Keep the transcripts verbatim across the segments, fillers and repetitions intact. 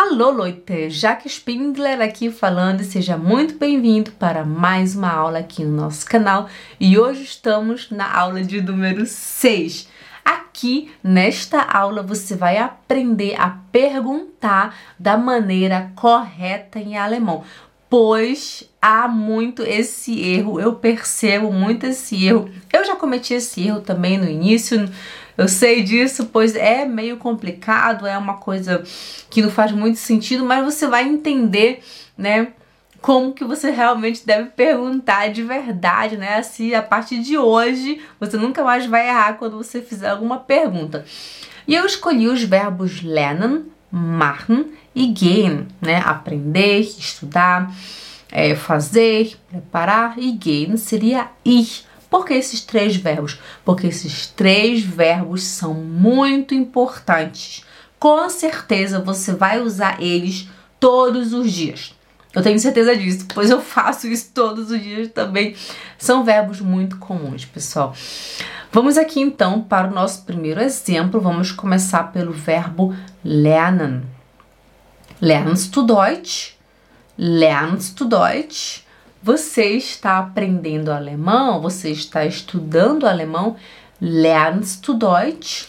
Alô, Leute! Jaque Spindler aqui falando e seja muito bem-vindo para mais uma aula aqui no nosso canal. E hoje estamos na aula de número seis. Aqui, nesta aula, você vai aprender a perguntar da maneira correta em alemão. Pois há muito esse erro, eu percebo muito esse erro. Eu já cometi esse erro também no início, eu sei disso, pois é meio complicado, é uma coisa que não faz muito sentido, mas você vai entender, né, como que você realmente deve perguntar de verdade, né, assim, a partir de hoje, você nunca mais vai errar quando você fizer alguma pergunta. E eu escolhi os verbos lernen, machen e gehen, né, aprender, estudar, é, fazer, preparar, e gehen seria ir. Por que esses três verbos? Porque esses três verbos são muito importantes. Com certeza você vai usar eles todos os dias. Eu tenho certeza disso, pois eu faço isso todos os dias também. São verbos muito comuns, pessoal. Vamos aqui então para o nosso primeiro exemplo. Vamos começar pelo verbo lernen. Lernst du Deutsch? Lernst du Deutsch? Você está aprendendo alemão? Você está estudando alemão? Lernst du Deutsch?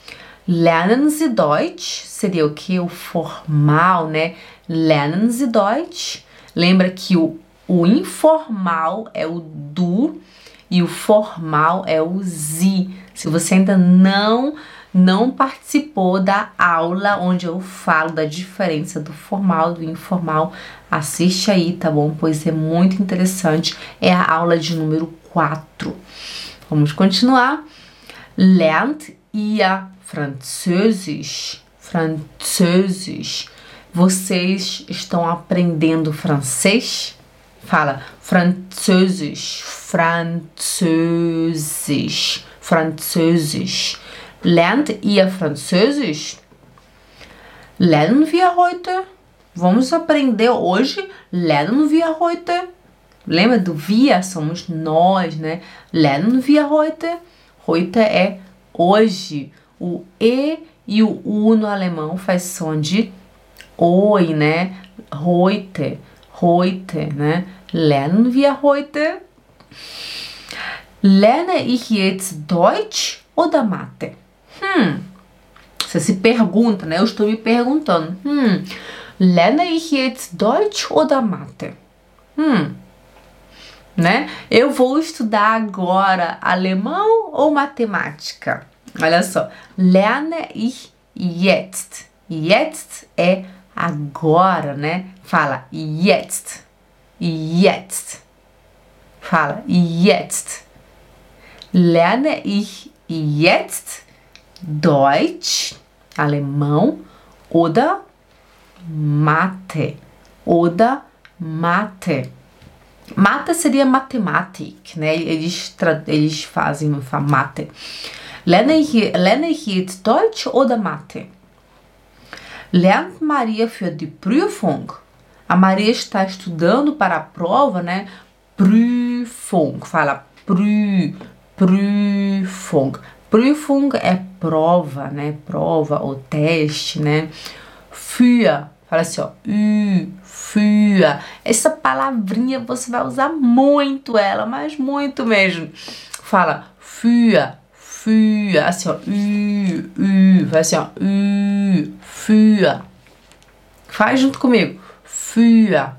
Lernen Sie Deutsch? Seria o que? O formal, né? Lernen Sie Deutsch? Lembra que o, o informal é o du e o formal é o Sie. Se você ainda não... não participou da aula onde eu falo da diferença do formal e do informal, assiste aí, tá bom? Pois é muito interessante. É a aula de número quatro. Vamos continuar. Lernt ihr Französisch? Französisch. Vocês estão aprendendo francês? Fala Französisch. Französisch. Französisch. Lernt ihr Französisch? Lernen wir heute? Vamos aprender hoje? Lernen wir heute? Lembra do wir? Somos nós, né? Lernen wir heute? Heute é hoje. O E e o U no alemão faz som de oi, né? Heute. Heute, né? Lernen wir heute? Lerne ich jetzt Deutsch oder Mathe? Hum, você se pergunta, né? Eu estou me perguntando. Hum, lerne ich jetzt Deutsch oder Mathe? Hum, né? Eu vou estudar agora alemão ou matemática? Olha só. Lerne ich jetzt. Jetzt é agora, né? Fala jetzt. Jetzt. Fala jetzt. Lerne ich jetzt Deutsch, alemão, oder Mathe, oder Mathe. Mathe seria Mathematik, né? Eles, eles fazem Mathe. Lerne ich, lerne ich jetzt Deutsch oder Mathe? Lernt Maria für die Prüfung? A Maria está estudando para a prova, né? Prüfung, fala prü, Prüfung. Prüfung é prova, né? Prova ou teste, né? Für. Fala assim, ó. Ü, für. Essa palavrinha você vai usar muito ela, mas muito mesmo. Fala für, für. Assim, ó. Ü, ü. Fala assim, ó. Ü, für. Faz junto comigo. Für.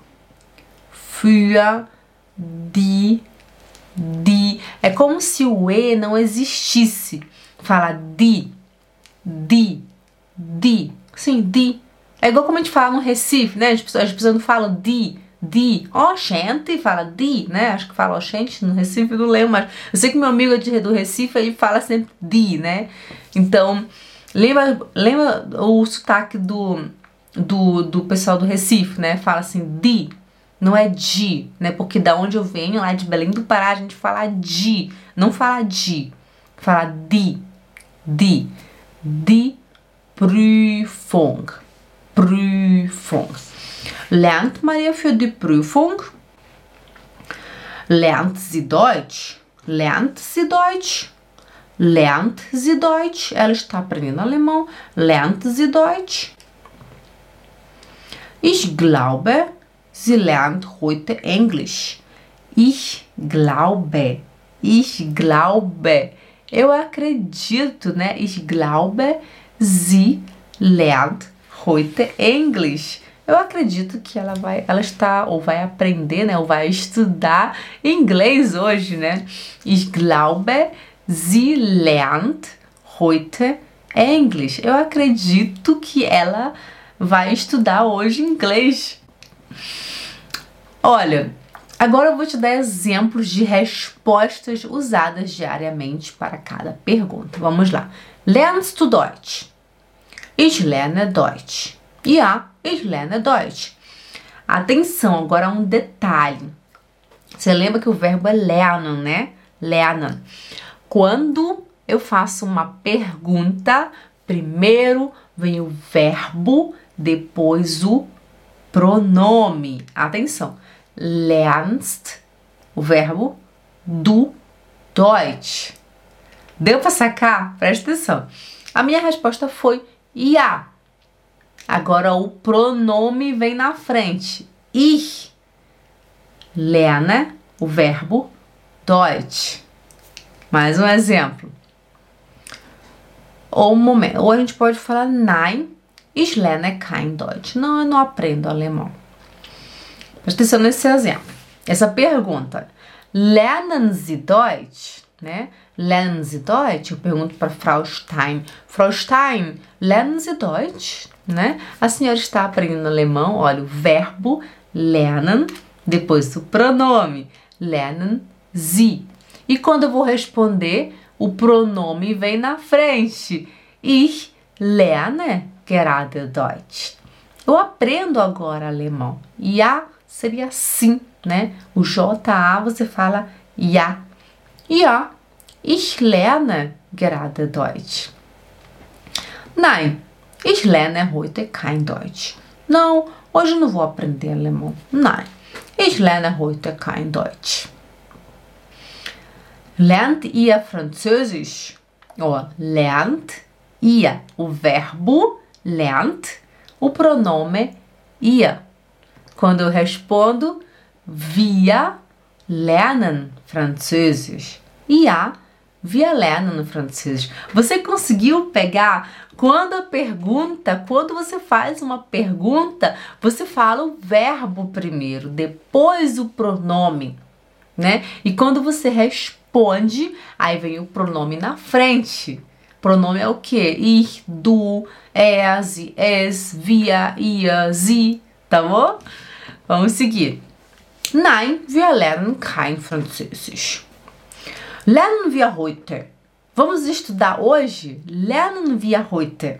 Für die Die. É como se o E não existisse. Fala die, die, die. Sim, die. É igual como a gente fala no Recife, né? As pessoas, as pessoas não falam die, die. Ó, gente, fala die, né? Acho que fala ó, gente no Recife, não lembro, mas eu sei que meu amigo é de, do Recife, ele fala sempre die, né? Então, lembra, lembra o sotaque do, do, do pessoal do Recife, né? Fala assim, die. Não é de, né? Porque da onde eu venho, lá de Belém do Pará, a gente fala de. Não fala de. Fala die. Die. Die Prüfung. Prüfung. Lernt Maria für die Prüfung? Lernt sie Deutsch? Lernt sie Deutsch? Lernt sie Deutsch? Ela está aprendendo alemão. Lernt sie Deutsch? Ich glaube, sie lernt heute Englisch. Ich glaube. Ich glaube. Eu acredito, né? Ich glaube, sie lernt heute Englisch. Eu acredito que ela vai, ela está ou vai aprender, né? Ou vai estudar inglês hoje, né? Ich glaube, sie lernt heute Englisch. Eu acredito que ela vai estudar hoje inglês. Olha, agora eu vou te dar exemplos de respostas usadas diariamente para cada pergunta. Vamos lá. Lernst du Deutsch? Ich lerne Deutsch. Ja, ich lerne Deutsch. Atenção, agora um detalhe. Você lembra que o verbo é lernen, né? Lernen. Quando eu faço uma pergunta, primeiro vem o verbo, depois o pronome. Atenção. Lernst, o verbo, du Deutsch. Deu para sacar? Presta atenção. A minha resposta foi ja. Agora o pronome vem na frente. Ich lerne, o verbo, Deutsch. Mais um exemplo. Ou, um momento, ou a gente pode falar Nein, ich lerne kein Deutsch. Não, eu não aprendo alemão. Presta atenção nesse exemplo. Essa pergunta. Lernen Sie Deutsch? Né? Lernen Sie Deutsch? Eu pergunto para Frau Stein. Frau Stein, lernen Sie Deutsch? Né? A senhora está aprendendo alemão? Olha, o verbo lernen, depois o pronome lernen Sie. E quando eu vou responder, o pronome vem na frente. Ich lerne gerade Deutsch. Eu aprendo agora alemão. Ja seria sim, né? O J A você fala ja. Ja, ich lerne gerade Deutsch. Nein, ich lerne heute kein Deutsch. Não, hoje não vou aprender alemão. Nein, ich lerne heute kein Deutsch. Lernt ihr Französisch? Oh, lernt ihr. O verbo lernt, o pronome ihr. Quando eu respondo, wir lernen Französisch. Ja, wir lernen Französisch. Você conseguiu pegar? Quando a pergunta, quando você faz uma pergunta, você fala o verbo primeiro, depois o pronome, né? E quando você responde, aí vem o pronome na frente. Pronome é o quê? Ich, du, er, sie, es, wir, ihr, sie, tá bom? Vamos seguir. Nein, wir lernen kein Französisch. Lernen wir heute? Vamos estudar hoje? Lernen wir heute?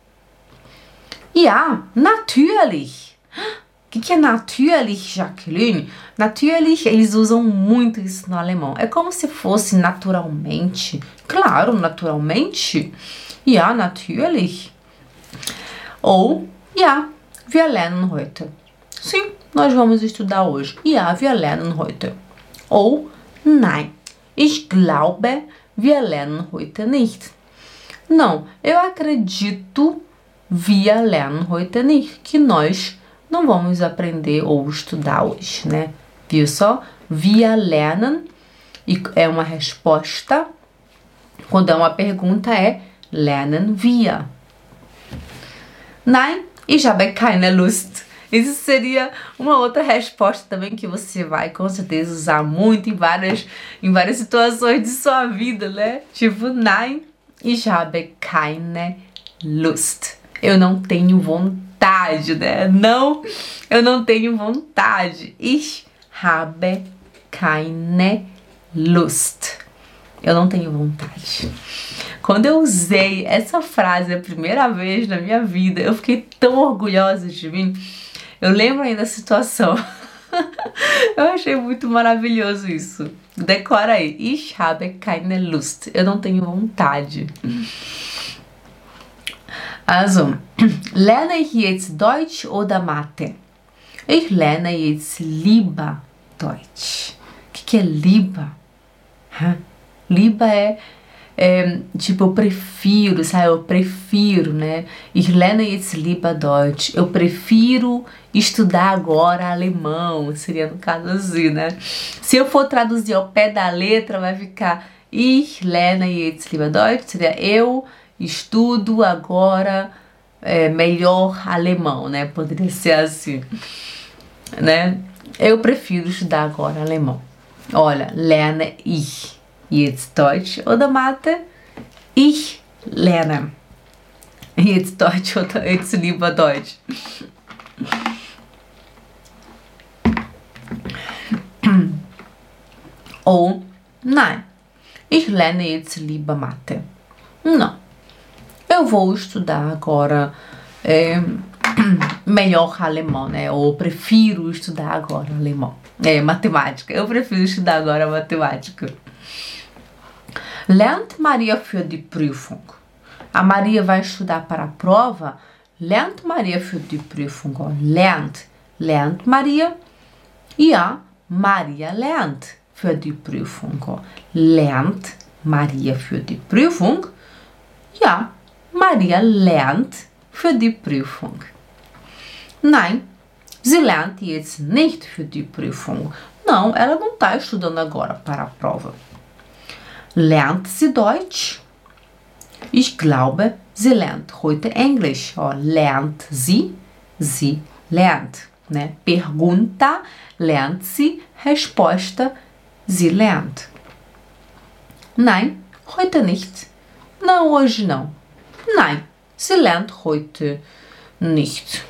Ja, natürlich. O que, que é natürlich, Jacqueline? Natürlich, eles usam muito isso no alemão. É como se fosse naturalmente. Claro, naturalmente. Ja, natürlich. Ou, ja, wir lernen heute. Sim, nós vamos estudar hoje. Ja, wir lernen heute. Ou, nein, ich glaube, wir lernen heute nicht. Não, eu acredito, wir lernen heute nicht, que nós não vamos aprender ou estudar hoje, né? Viu só? Wir lernen, e é uma resposta. Quando é uma pergunta, é lernen wir. Nein, ich habe keine Lust. Isso seria uma outra resposta também que você vai com certeza usar muito em várias, em várias situações de sua vida, né? Tipo, nein, ich habe keine Lust. Eu não tenho vontade, né? Não, eu não tenho vontade. Ich habe keine Lust. Eu não tenho vontade. Quando eu usei essa frase a primeira vez na minha vida, eu fiquei tão orgulhosa de mim. Eu lembro ainda da situação. Eu achei muito maravilhoso isso. Decora aí. Ich habe keine Lust. Eu não tenho vontade. Also, lerne ich jetzt Deutsch oder Mathe? Ich lerne jetzt lieber Deutsch. O que, que é lieber? Lieber é, é, tipo, eu prefiro, sabe? Eu prefiro, né? Ich lerne jetzt lieber Deutsch. Eu prefiro estudar agora alemão. Seria no caso assim, né? Se eu for traduzir ao pé da letra, vai ficar Ich lerne jetzt lieber Deutsch. Seria eu estudo agora é, melhor alemão, né? Poderia ser assim, né? Eu prefiro estudar agora alemão. Olha, lerne ich jetzt Deutsch oder Mathe? Ich lerne jetzt Deutsch oder jetzt lieber Deutsch. Ou, nein, ich lerne jetzt lieber Mathe. Não, eu vou estudar agora é, melhor alemão, né? Ou prefiro estudar agora alemão. É, matemática. Eu prefiro estudar agora matemática. Lernt Maria für die Prüfung? A Maria vai estudar para a prova? Lernt Maria für die Prüfung? Ó, lernt. Lernt Maria? Ja, Maria lernt für die Prüfung. Ó, lernt Maria für die Prüfung? Ja, Maria lernt für die Prüfung. Nein, sie lernt jetzt nicht für die Prüfung. Não, ela não está estudando agora para a prova. Lernt sie Deutsch? Ich glaube, sie lernt heute Englisch. Oh, lernt sie? Sie lernt. Né? Pergunta, lernt sie? Resposta, sie lernt. Nein, heute nicht. Não, hoje não. Nein, sie lernt heute nicht.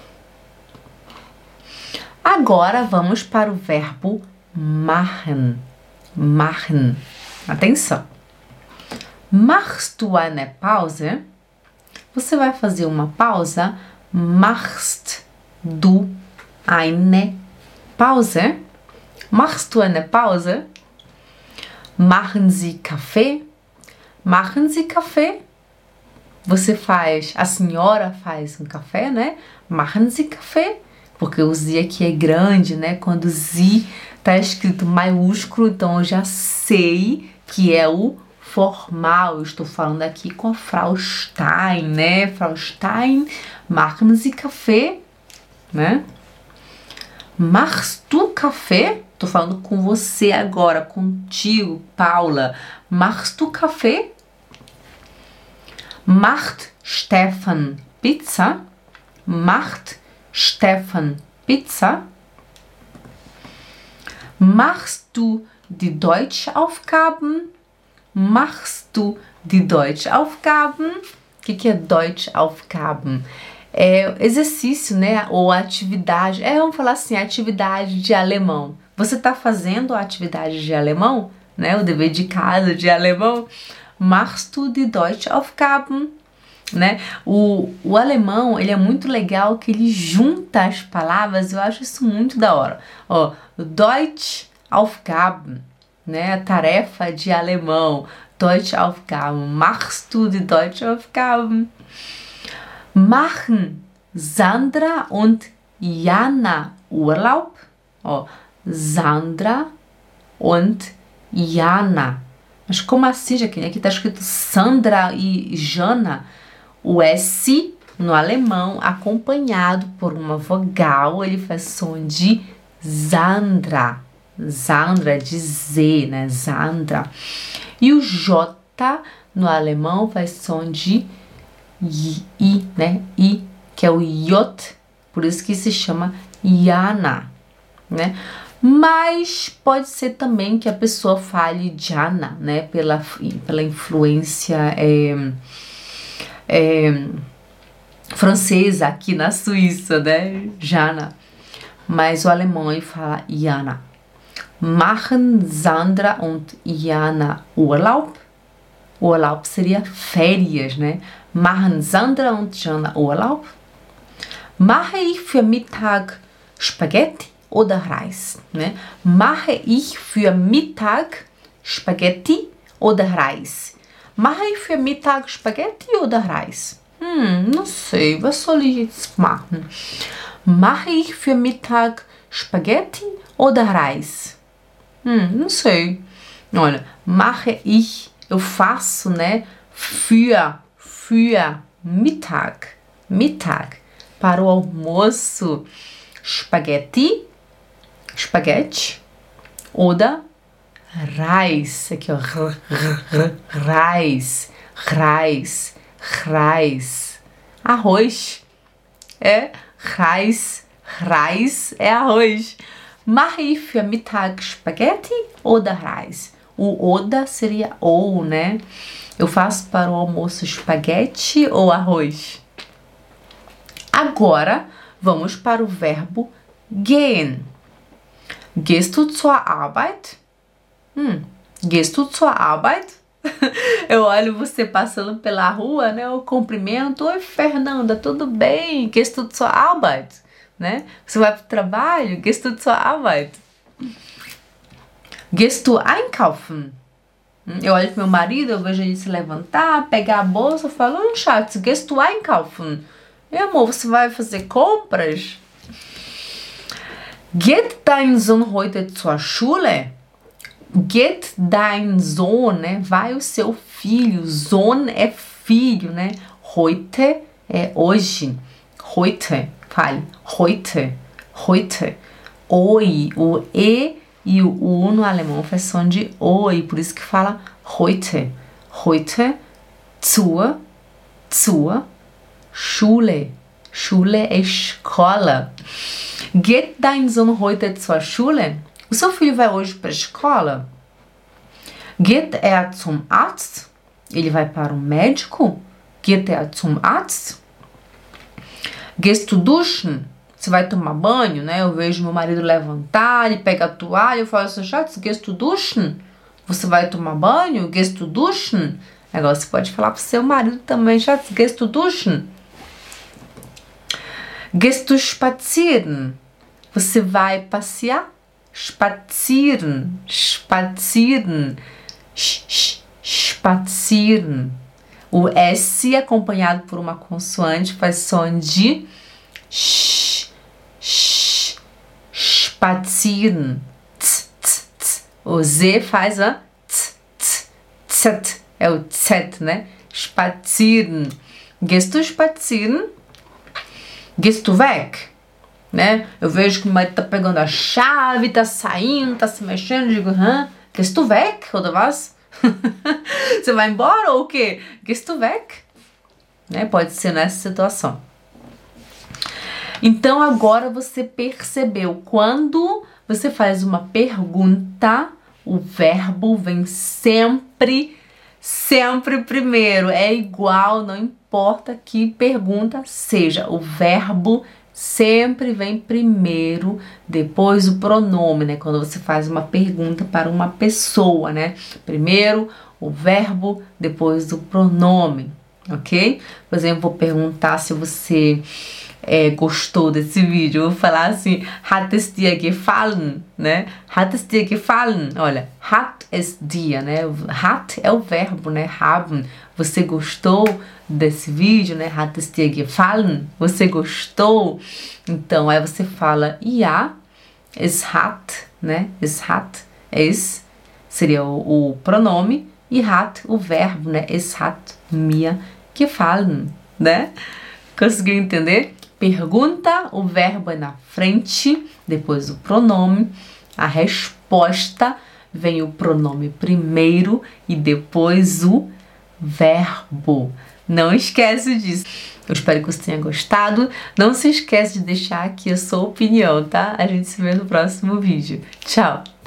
Agora vamos para o verbo machen. Machen. Atenção. Machst du eine Pause? Você vai fazer uma pausa. Machst du eine Pause? Machst du eine Pause? Machen Sie Kaffee? Machen Sie Kaffee? Você faz, a senhora faz um café, né? Machen Sie Kaffee? Porque o Z aqui é grande, né? Quando o Z tá escrito maiúsculo, então eu já sei que é o formal. Eu estou falando aqui com a Frau Stein, né? Frau Stein, machen Sie Kaffee, né? Machst du Kaffee? Tô falando com você agora, contigo, Paula. Machst du Kaffee? Macht Stefan Pizza? Macht Stefan Pizza? Machst du die Deutschaufgaben? Machst du die Deutschaufgaben? O que, que é Deutschaufgaben? É exercício, né? Ou atividade. É, vamos falar assim, atividade de alemão. Você está fazendo a atividade de alemão? Né? O dever de casa de alemão? Machst du die Deutschaufgaben? Né? O, o alemão, ele é muito legal que ele junta as palavras. Eu acho isso muito da hora. Ó, Deutschaufgaben, né? A tarefa de alemão. Deutschaufgaben. Machst du die Deutschaufgaben? Machen Sandra und Jana Urlaub? Ó, Sandra und Jana. Mas como assim, Jaqueline? Aqui está escrito Sandra e Jana. O S no alemão, acompanhado por uma vogal, ele faz som de Sandra. Sandra, de Z, né? Sandra. E o J no alemão faz som de I, né? I, que é o J, por isso que se chama Jana, né? Mas pode ser também que a pessoa fale Jana, né? Pela, pela influência é, é, francesa aqui na Suíça, né? Jana. Mas o alemão ele fala Jana. Machen Sandra und Jana Urlaub? Urlaub seria férias, né? Machen Sandra und Jana Urlaub? Mache ich für Mittag Spaghetti oder Reis? Né? Mache ich für Mittag Spaghetti oder Reis? Mache ich für Mittag Spaghetti oder Reis? Hm, não sei, was soll ich jetzt machen? Mache ich für Mittag Spaghetti oder Reis? Hum, não sei. Olha, mache ich eu faço, né? Für, für Mittag, Mittag, para o almoço. Spaghetti, Spaghetti, oder Reis, aqui ó, r, r, r, Reis, Reis, Reis, arroz, é Reis, Reis é arroz. Mache ich für Mittag Spaghetti oder Reis? O oder seria ou, né? Eu faço para o almoço espaguete ou arroz? Agora, vamos para o verbo gehen. Gehst du zur Arbeit? Hum, gehst du zur Arbeit? Eu olho você passando pela rua, né? Eu cumprimento. Oi, Fernanda, tudo bem? Gehst du zur Arbeit? Né? Você vai para o trabalho? Gehst du zur Arbeit? Gehst du einkaufen? Eu olho pro meu marido, eu vejo ele se levantar, pegar a bolsa, eu falo, oh, Schatz, gehst du einkaufen? Meu amor, você vai fazer compras? Geht dein Sohn heute zur Schule? Geht dein Sohn, né? Vai o seu filho. Sohn é filho, né? Heute é hoje. Heute, fale. Heute, heute. Oi, o E e o U no alemão faz som de oi, por isso que fala heute. Heute zur, zur Schule. Schule é escola. Geht dein Sohn heute zur Schule? O seu filho vai hoje para a escola? Geht er zum Arzt? Ele vai para o médico? Geht er zum Arzt? Gehst du duschen? Você vai tomar banho, né? Eu vejo meu marido levantar, ele pega a toalha, eu falo assim, Schatz, gehst du duschen? Você vai tomar banho? Gehst du duschen? Agora você pode falar pro seu marido também, Schatz, gehst du duschen? Gehst du spazieren? Você vai passear? Spazieren, spazieren, sh, sh, spazieren. O S acompanhado por uma consoante faz som de sh, sh, spazieren. Tz, tz, tz. O Z faz a tz, tz, tz, é o Z, né? Spazieren. Gehst du spazieren? Gehst du weg? Né? Eu vejo que o marido tá pegando a chave, tá saindo, tá se mexendo, eu digo, hã? Gehst du weg, oder was? Você vai embora ou o quê? Gehst du weg? Né? Pode ser nessa situação. Então agora você percebeu, quando você faz uma pergunta, o verbo vem sempre, sempre primeiro. É igual, não importa que pergunta seja, o verbo sempre vem primeiro, depois o pronome, né? Quando você faz uma pergunta para uma pessoa, né? Primeiro o verbo, depois o pronome, ok? Por exemplo, vou perguntar se você é, gostou desse vídeo. Eu vou falar assim, hat es dir gefallen, né? Hat es dir gefallen? Olha, hat es dir, né? Hat é o verbo, né? Haben. Você gostou desse vídeo, né? Hat es dir gefallen? Você gostou? Então, aí você fala, ja, es hat, né? Es hat, es seria o, o pronome, e hat, o verbo, né? Es hat mir gefallen, né? Conseguiu entender? Pergunta, o verbo é na frente, depois o pronome, a resposta vem o pronome primeiro e depois o verbo. Não esquece disso. Eu espero que você tenha gostado. Não se esquece de deixar aqui a sua opinião, tá? A gente se vê no próximo vídeo. Tchau!